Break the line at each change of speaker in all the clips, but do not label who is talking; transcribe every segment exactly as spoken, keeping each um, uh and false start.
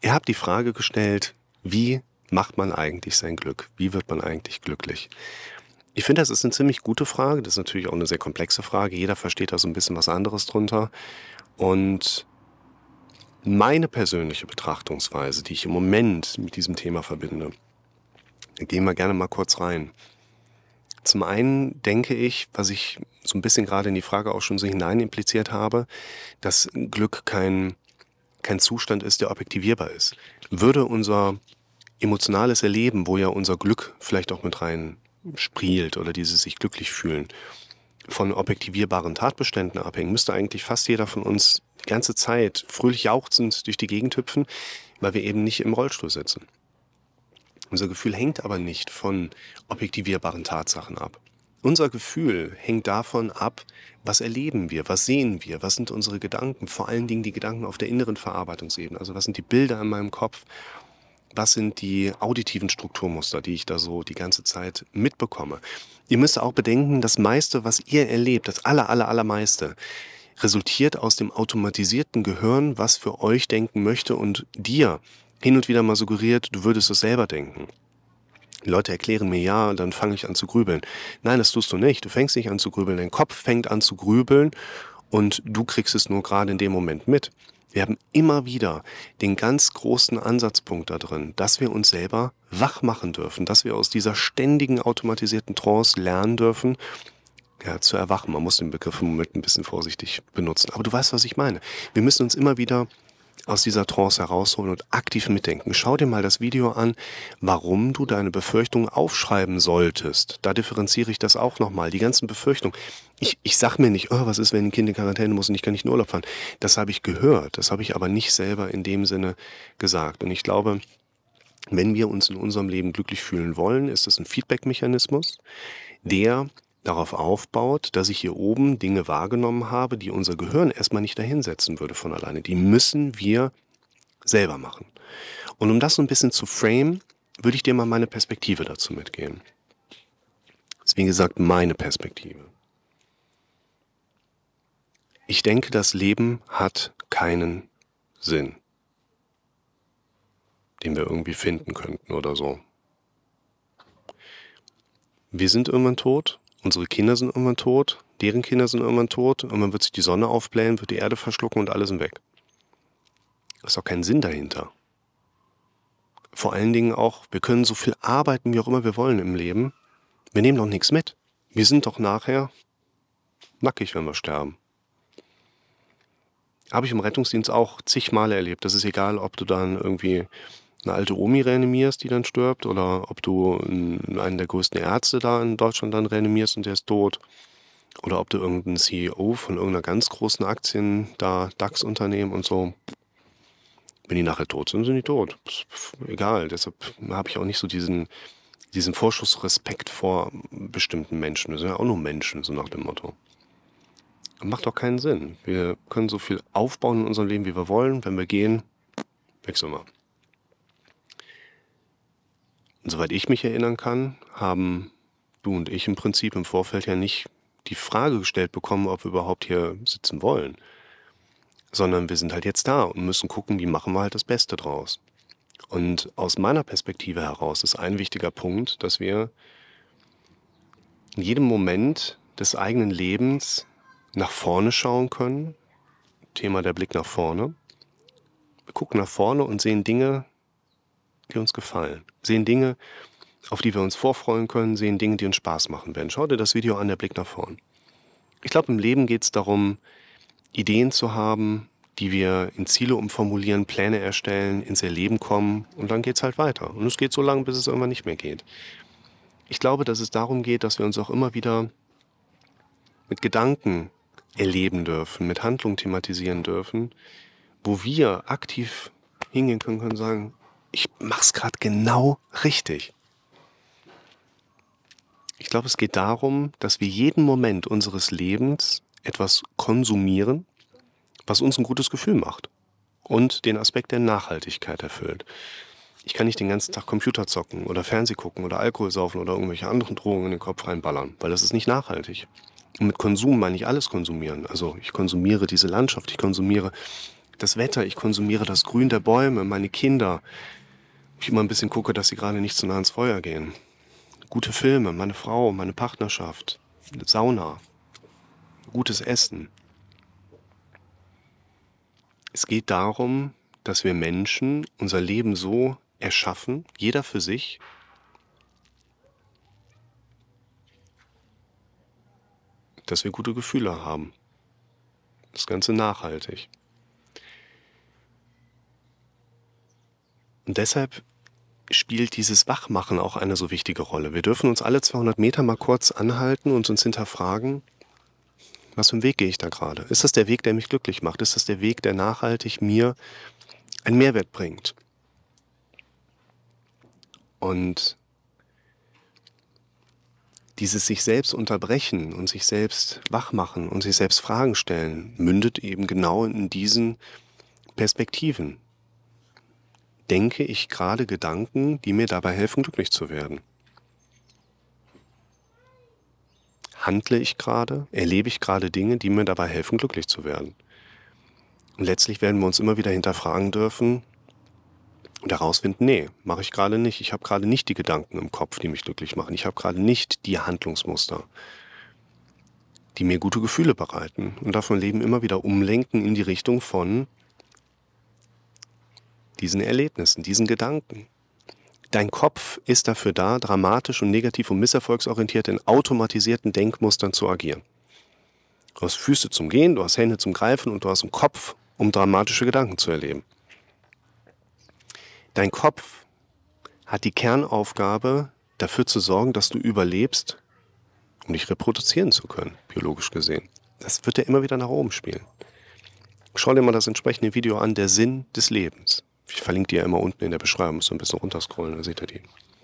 Ihr habt die Frage gestellt, wie macht man eigentlich sein Glück? Wie wird man eigentlich glücklich? Ich finde, das ist eine ziemlich gute Frage. Das ist natürlich auch eine sehr komplexe Frage. Jeder versteht da so ein bisschen was anderes drunter. Und meine persönliche Betrachtungsweise, die ich im Moment mit diesem Thema verbinde, da gehen wir gerne mal kurz rein. Zum einen denke ich, was ich so ein bisschen gerade in die Frage auch schon so hinein impliziert habe, dass Glück kein, kein Zustand ist, der objektivierbar ist. Würde unser emotionales Erleben, wo ja unser Glück vielleicht auch mit rein spielt oder dieses sich glücklich fühlen, von objektivierbaren Tatbeständen abhängen, müsste eigentlich fast jeder von uns die ganze Zeit fröhlich jauchzend durch die Gegend hüpfen, weil wir eben nicht im Rollstuhl sitzen. Unser Gefühl hängt aber nicht von objektivierbaren Tatsachen ab. Unser Gefühl hängt davon ab, was erleben wir, was sehen wir, was sind unsere Gedanken, vor allen Dingen die Gedanken auf der inneren Verarbeitungsebene, also was sind die Bilder in meinem Kopf, was sind die auditiven Strukturmuster, die ich da so die ganze Zeit mitbekomme. Ihr müsst auch bedenken, das meiste, was ihr erlebt, das aller, aller, allermeiste, resultiert aus dem automatisierten Gehirn, was für euch denken möchte und dir hin und wieder mal suggeriert, du würdest es selber denken. Die Leute erklären mir, ja, und dann fange ich an zu grübeln. Nein, das tust du nicht. Du fängst nicht an zu grübeln. Dein Kopf fängt an zu grübeln und du kriegst es nur gerade in dem Moment mit. Wir haben immer wieder den ganz großen Ansatzpunkt da drin, dass wir uns selber wach machen dürfen, dass wir aus dieser ständigen automatisierten Trance lernen dürfen, ja, zu erwachen. Man muss den Begriff im Moment ein bisschen vorsichtig benutzen. Aber du weißt, was ich meine. Wir müssen uns immer wieder aus dieser Trance herausholen und aktiv mitdenken. Schau dir mal das Video an, warum du deine Befürchtungen aufschreiben solltest. Da differenziere ich das auch nochmal. Die ganzen Befürchtungen. Ich, ich sag mir nicht, oh, was ist, wenn ein Kind in Quarantäne muss und ich kann nicht in Urlaub fahren. Das habe ich gehört. Das habe ich aber nicht selber in dem Sinne gesagt. Und ich glaube, wenn wir uns in unserem Leben glücklich fühlen wollen, ist es ein Feedback-Mechanismus, der darauf aufbaut, dass ich hier oben Dinge wahrgenommen habe, die unser Gehirn erstmal nicht dahinsetzen würde von alleine. Die müssen wir selber machen. Und um das so ein bisschen zu framen, würde ich dir mal meine Perspektive dazu mitgeben. Das ist wie gesagt meine Perspektive. Ich denke, das Leben hat keinen Sinn, den wir irgendwie finden könnten oder so. Wir sind irgendwann tot. Unsere Kinder sind irgendwann tot, deren Kinder sind irgendwann tot, irgendwann wird sich die Sonne aufblähen, wird die Erde verschlucken und alle sind weg. Da ist auch kein Sinn dahinter. Vor allen Dingen auch, wir können so viel arbeiten, wie auch immer wir wollen im Leben. Wir nehmen doch nichts mit. Wir sind doch nachher nackig, wenn wir sterben. Habe ich im Rettungsdienst auch zig Male erlebt. Das ist egal, ob du dann irgendwie eine alte Omi reanimierst, die dann stirbt, oder ob du einen der größten Ärzte da in Deutschland dann reanimierst und der ist tot, oder ob du irgendeinen C E O von irgendeiner ganz großen Aktien, da DAX-Unternehmen und so, wenn die nachher tot sind, sind die tot. Ist egal, deshalb habe ich auch nicht so diesen, diesen Vorschussrespekt vor bestimmten Menschen. Wir sind ja auch nur Menschen, so nach dem Motto. Macht doch keinen Sinn. Wir können so viel aufbauen in unserem Leben, wie wir wollen. Wenn wir gehen, wechseln wir. Und soweit ich mich erinnern kann, haben du und ich im Prinzip im Vorfeld ja nicht die Frage gestellt bekommen, ob wir überhaupt hier sitzen wollen. Sondern wir sind halt jetzt da und müssen gucken, wie machen wir halt das Beste draus. Und aus meiner Perspektive heraus ist ein wichtiger Punkt, dass wir in jedem Moment des eigenen Lebens nach vorne schauen können. Thema der Blick nach vorne. Wir gucken nach vorne und sehen Dinge, die uns gefallen. Sehen Dinge, auf die wir uns vorfreuen können, sehen Dinge, die uns Spaß machen werden. Schau dir das Video an, der Blick nach vorn. Ich glaube, im Leben geht es darum, Ideen zu haben, die wir in Ziele umformulieren, Pläne erstellen, ins Erleben kommen und dann geht es halt weiter. Und es geht so lange, bis es irgendwann nicht mehr geht. Ich glaube, dass es darum geht, dass wir uns auch immer wieder mit Gedanken erleben dürfen, mit Handlungen thematisieren dürfen, wo wir aktiv hingehen können und sagen, ich mach's gerade genau richtig. Ich glaube, es geht darum, dass wir jeden Moment unseres Lebens etwas konsumieren, was uns ein gutes Gefühl macht und den Aspekt der Nachhaltigkeit erfüllt. Ich kann nicht den ganzen Tag Computer zocken oder Fernseh gucken oder Alkohol saufen oder irgendwelche anderen Drogen in den Kopf reinballern, weil das ist nicht nachhaltig. Und mit Konsum meine ich alles konsumieren. Also ich konsumiere diese Landschaft, ich konsumiere das Wetter, ich konsumiere das Grün der Bäume, meine Kinder. Ich immer ein bisschen gucke, dass sie gerade nicht zu nah ans Feuer gehen. Gute Filme, meine Frau, meine Partnerschaft, Sauna, gutes Essen. Es geht darum, dass wir Menschen unser Leben so erschaffen, jeder für sich, dass wir gute Gefühle haben. Das Ganze nachhaltig. Und deshalb spielt dieses Wachmachen auch eine so wichtige Rolle. Wir dürfen uns alle zweihundert Meter mal kurz anhalten und uns hinterfragen, was für einen Weg gehe ich da gerade? Ist das der Weg, der mich glücklich macht? Ist das der Weg, der nachhaltig mir einen Mehrwert bringt? Und dieses sich selbst unterbrechen und sich selbst wachmachen und sich selbst Fragen stellen, mündet eben genau in diesen Perspektiven. Denke ich gerade Gedanken, die mir dabei helfen, glücklich zu werden? Handle ich gerade, erlebe ich gerade Dinge, die mir dabei helfen, glücklich zu werden? Und letztlich werden wir uns immer wieder hinterfragen dürfen und herausfinden, nee, mache ich gerade nicht. Ich habe gerade nicht die Gedanken im Kopf, die mich glücklich machen. Ich habe gerade nicht die Handlungsmuster, die mir gute Gefühle bereiten. Und darf mein Leben immer wieder umlenken in die Richtung von diesen Erlebnissen, diesen Gedanken. Dein Kopf ist dafür da, dramatisch und negativ und misserfolgsorientiert in automatisierten Denkmustern zu agieren. Du hast Füße zum Gehen, du hast Hände zum Greifen und du hast einen Kopf, um dramatische Gedanken zu erleben. Dein Kopf hat die Kernaufgabe, dafür zu sorgen, dass du überlebst, um dich reproduzieren zu können, biologisch gesehen. Das wird ja immer wieder nach oben spielen. Schau dir mal das entsprechende Video an, der Sinn des Lebens. Ich verlinke dir ja immer unten in der Beschreibung, musst du ein bisschen runterscrollen, dann seht ihr die.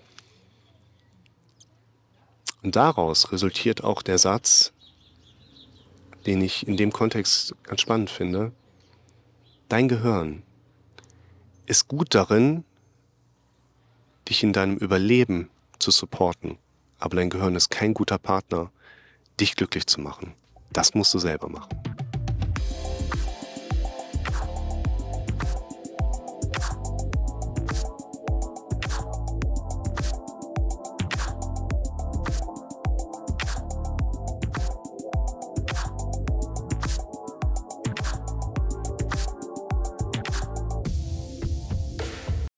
Und daraus resultiert auch der Satz, den ich in dem Kontext ganz spannend finde. Dein Gehirn ist gut darin, dich in deinem Überleben zu supporten. Aber dein Gehirn ist kein guter Partner, dich glücklich zu machen. Das musst du selber machen.